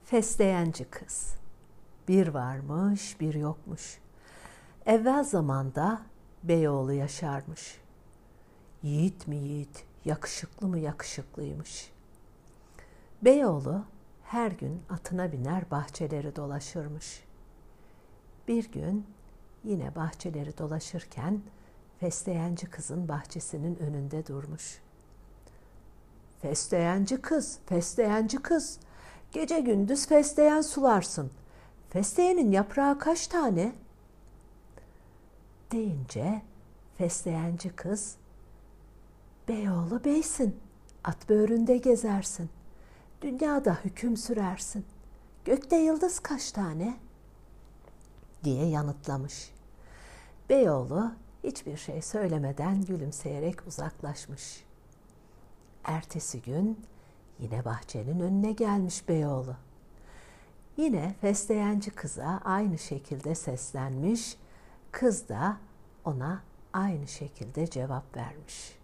Fesleğenci kız. Bir varmış, bir yokmuş. Evvel zamanda Beyoğlu yaşarmış. Yiğit mi yiğit, yakışıklı mı yakışıklıymış. Beyoğlu her gün atına biner bahçeleri dolaşırmış. Bir gün yine bahçeleri dolaşırken fesleğenci kızın bahçesinin önünde durmuş. Fesleğenci kız, fesleğenci kız, gece gündüz fesleğen sularsın. Fesleğenin yaprağı kaç tane? Deyince fesleğenci kız, Beyoğlu beysin, at böğründe gezersin. Dünyada hüküm sürersin. Gökte yıldız kaç tane? Diye yanıtlamış. Beyoğlu hiçbir şey söylemeden gülümseyerek uzaklaşmış. Ertesi gün yine bahçenin önüne gelmiş Beyoğlu. Yine fesleğenci kıza aynı şekilde seslenmiş, kız da ona aynı şekilde cevap vermiş.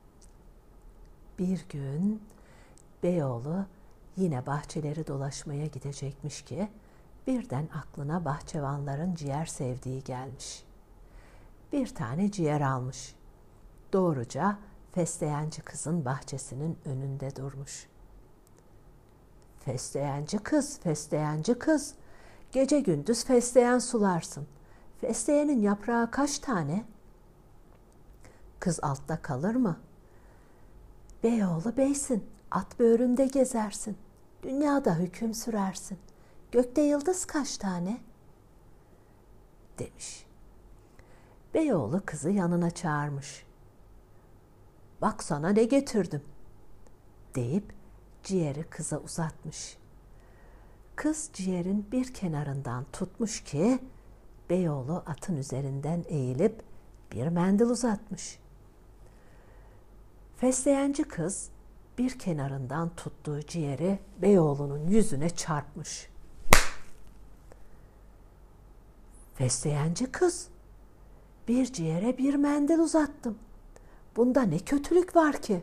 Bir gün Beyoğlu yine bahçeleri dolaşmaya gidecekmiş ki birden aklına bahçıvanların ciğer sevdiği gelmiş. Bir tane ciğer almış. Doğruca fesleğenci kızın bahçesinin önünde durmuş. Fesleğenci kız, fesleğenci kız, gece gündüz fesleğen sularsın. Fesleğenin yaprağı kaç tane? Kız altta kalır mı? Beyoğlu beysin, at böğründe gezersin. Dünyada hüküm sürersin. Gökte yıldız kaç tane? Demiş. Beyoğlu kızı yanına çağırmış. Bak sana ne getirdim deyip ciğeri kıza uzatmış. Kız ciğerin bir kenarından tutmuş ki Beyoğlu atın üzerinden eğilip bir mendil uzatmış. Fesleğenci kız bir kenarından tuttuğu ciğeri Beyoğlu'nun yüzüne çarpmış. Fesleğenci kız, bir ciğere bir mendil uzattım. Bunda ne kötülük var ki?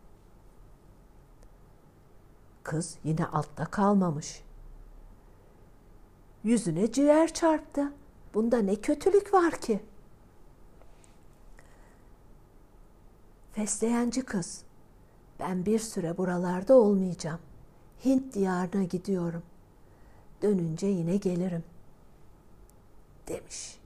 Kız yine altta kalmamış. Yüzüne ciğer çarptı. Bunda ne kötülük var ki? Fesleğenci kız, ben bir süre buralarda olmayacağım. Hint diyarına gidiyorum. Dönünce yine gelirim. Demiş.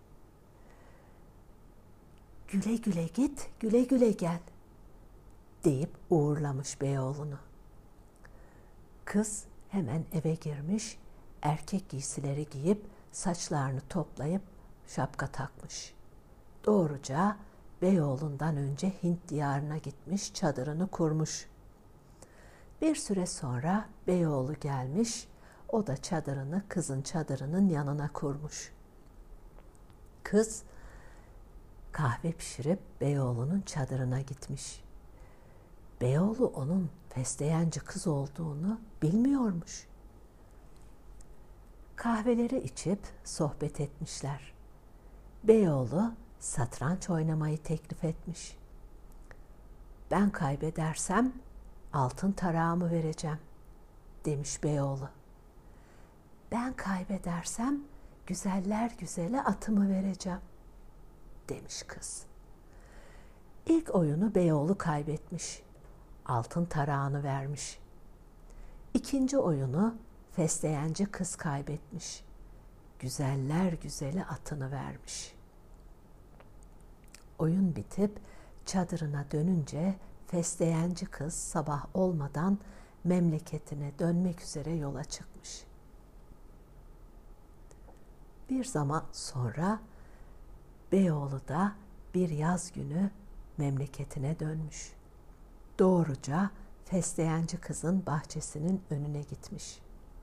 Güle güle git, güle güle gel deyip uğurlamış Beyoğlu'nu. Kız hemen eve girmiş, erkek giysileri giyip saçlarını toplayıp şapka takmış. Doğruca Beyoğlu'ndan önce Hint diyarına gitmiş, çadırını kurmuş. Bir süre sonra Beyoğlu gelmiş, o da çadırını kızın çadırının yanına kurmuş. Kız kahve pişirip Beyoğlu'nun çadırına gitmiş. Beyoğlu onun fesleğenci kız olduğunu bilmiyormuş. Kahveleri içip sohbet etmişler. Beyoğlu satranç oynamayı teklif etmiş. Ben kaybedersem altın tarağımı vereceğim demiş Beyoğlu. Ben kaybedersem güzeller güzeli atımı vereceğim demiş kız. İlk oyunu Beyoğlu kaybetmiş. Altın tarağını vermiş. İkinci oyunu fesleğenci kız kaybetmiş. Güzeller güzeli atını vermiş. Oyun bitip çadırına dönünce fesleğenci kız sabah olmadan memleketine dönmek üzere yola çıkmış. Bir zaman sonra Beyoğlu da bir yaz günü memleketine dönmüş. Doğruca fesleğenci kızın bahçesinin önüne gitmiş.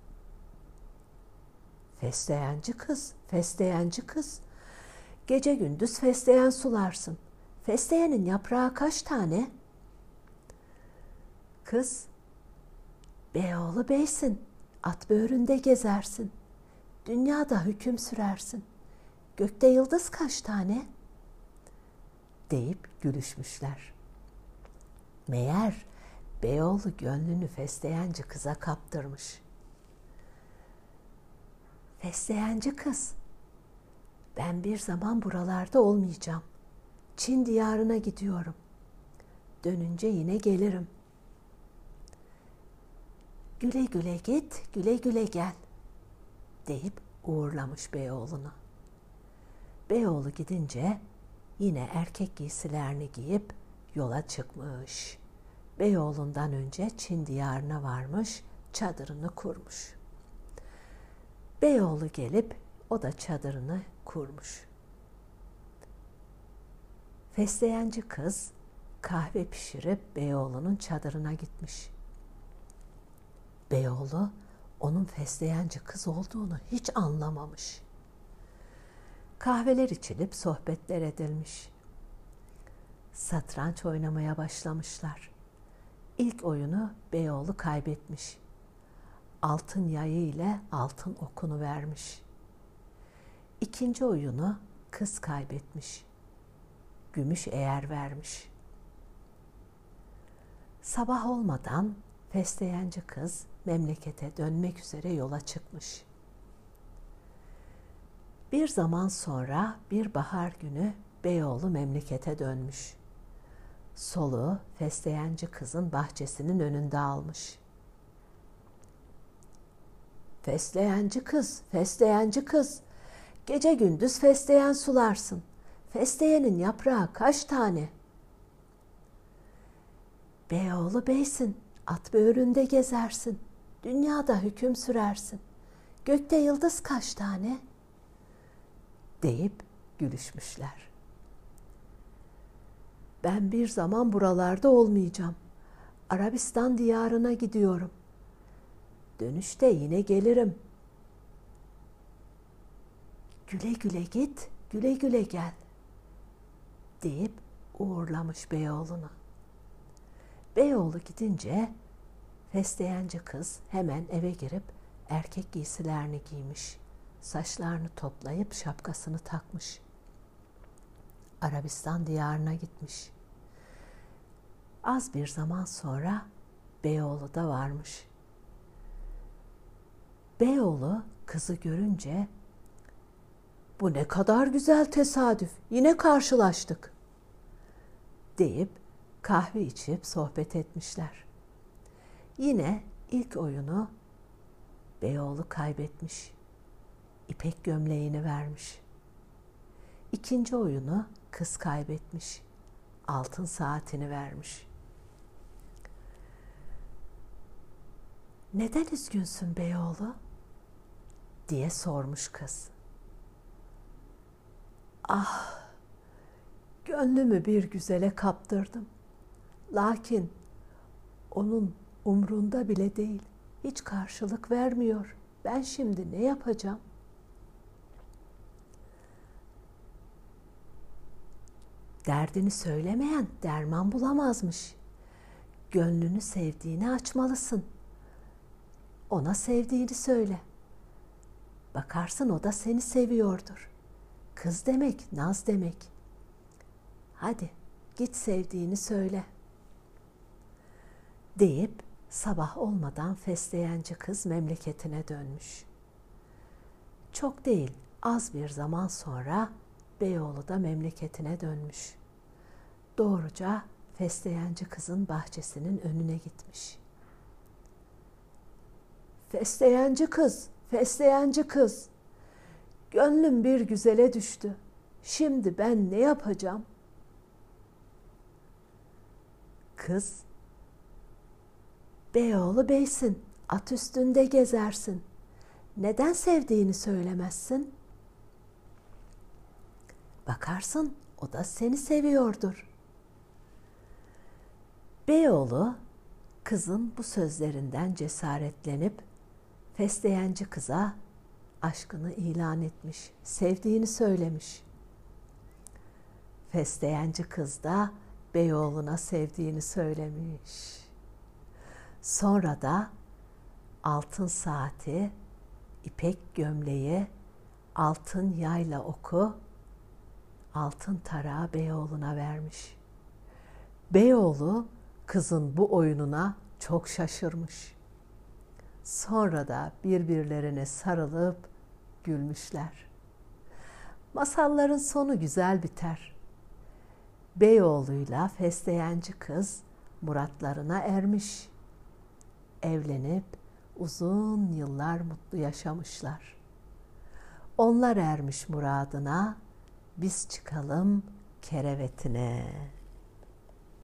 Fesleğenci kız, fesleğenci kız, gece gündüz fesleğen sularsın. Fesleğenin yaprağı kaç tane? Kız, Beyoğlu beysin, at böğründe gezersin. Dünyada hüküm sürersin. Gökte yıldız kaç tane? Deyip gülüşmüşler. Meğer Beyoğlu gönlünü fesleğenci kıza kaptırmış. Fesleğenci kız, ben bir zaman buralarda olmayacağım. Çin diyarına gidiyorum. Dönünce yine gelirim. Güle güle git, güle güle gel deyip uğurlamış Beyoğlu'nu. Beyoğlu gidince yine erkek giysilerini giyip yola çıkmış. Beyoğlu'ndan önce Çin diyarına varmış, çadırını kurmuş. Beyoğlu gelip o da çadırını kurmuş. Fesleğenci kız kahve pişirip Beyoğlu'nun çadırına gitmiş. Beyoğlu onun fesleğenci kız olduğunu hiç anlamamış. Kahveler içilip sohbetler edilmiş. Satranç oynamaya başlamışlar. İlk oyunu Beyoğlu kaybetmiş. Altın yayı ile altın okunu vermiş. İkinci oyunu kız kaybetmiş. Gümüş eğer vermiş. Sabah olmadan fesleğenci kız memlekete dönmek üzere yola çıkmış. Bir zaman sonra bir bahar günü Beyoğlu memlekete dönmüş. Soluğu fesleğenci kızın bahçesinin önünde almış. Fesleğenci kız, fesleğenci kız, gece gündüz fesleğen sularsın. Fesleğenin yaprağı kaç tane? Beyoğlu beysin, at böğründe gezersin. Dünyada hüküm sürersin. Gökte yıldız kaç tane? Deyip gülüşmüşler. Ben bir zaman buralarda olmayacağım. Arabistan diyarına gidiyorum. Dönüşte yine gelirim. Güle güle git, güle güle gel deyip uğurlamış Beyoğlu'nu. Beyoğlu gidince fesleğenci kız hemen eve girip erkek giysilerini giymiş. Saçlarını toplayıp şapkasını takmış. Arabistan diyarına gitmiş. Az bir zaman sonra Beyoğlu da varmış. Beyoğlu kızı görünce "Bu ne kadar güzel tesadüf, yine karşılaştık" deyip kahve içip sohbet etmişler. Yine ilk oyunu Beyoğlu kaybetmiş. İpek gömleğini vermiş. İkinci oyunu kız kaybetmiş. Altın saatini vermiş. "Neden üzgünsün Beyoğlu?" diye sormuş kız. "Ah, gönlümü bir güzele kaptırdım. Lakin onun umrunda bile değil. Hiç karşılık vermiyor. Ben şimdi ne yapacağım?" Derdini söylemeyen derman bulamazmış. Gönlünü sevdiğini açmalısın. Ona sevdiğini söyle. Bakarsın o da seni seviyordur. Kız demek, naz demek. Hadi git sevdiğini söyle deyip sabah olmadan fesleğenci kız memleketine dönmüş. Çok değil, az bir zaman sonra Beyoğlu da memleketine dönmüş. Doğruca fesleğenci kızın bahçesinin önüne gitmiş. "Fesleğenci kız, fesleğenci kız, gönlüm bir güzele düştü. Şimdi ben ne yapacağım?" Kız, "Beyoğlu beysin, at üstünde gezersin. Neden sevdiğini söylemezsin? Bakarsın o da seni seviyordur." Beyoğlu kızın bu sözlerinden cesaretlenip fesleğenci kıza aşkını ilan etmiş, sevdiğini söylemiş. Fesleğenci kız da Beyoğlu'na sevdiğini söylemiş. Sonra da altın saati, ipek gömleği, altın yayla oku, altın tarağı Beyoğlu'na vermiş. Beyoğlu kızın bu oyununa çok şaşırmış. Sonra da birbirlerine sarılıp gülmüşler. Masalların sonu güzel biter. Beyoğlu'yla fesleğenci kız muratlarına ermiş. Evlenip uzun yıllar mutlu yaşamışlar. Onlar ermiş muradına, biz çıkalım kerevetine.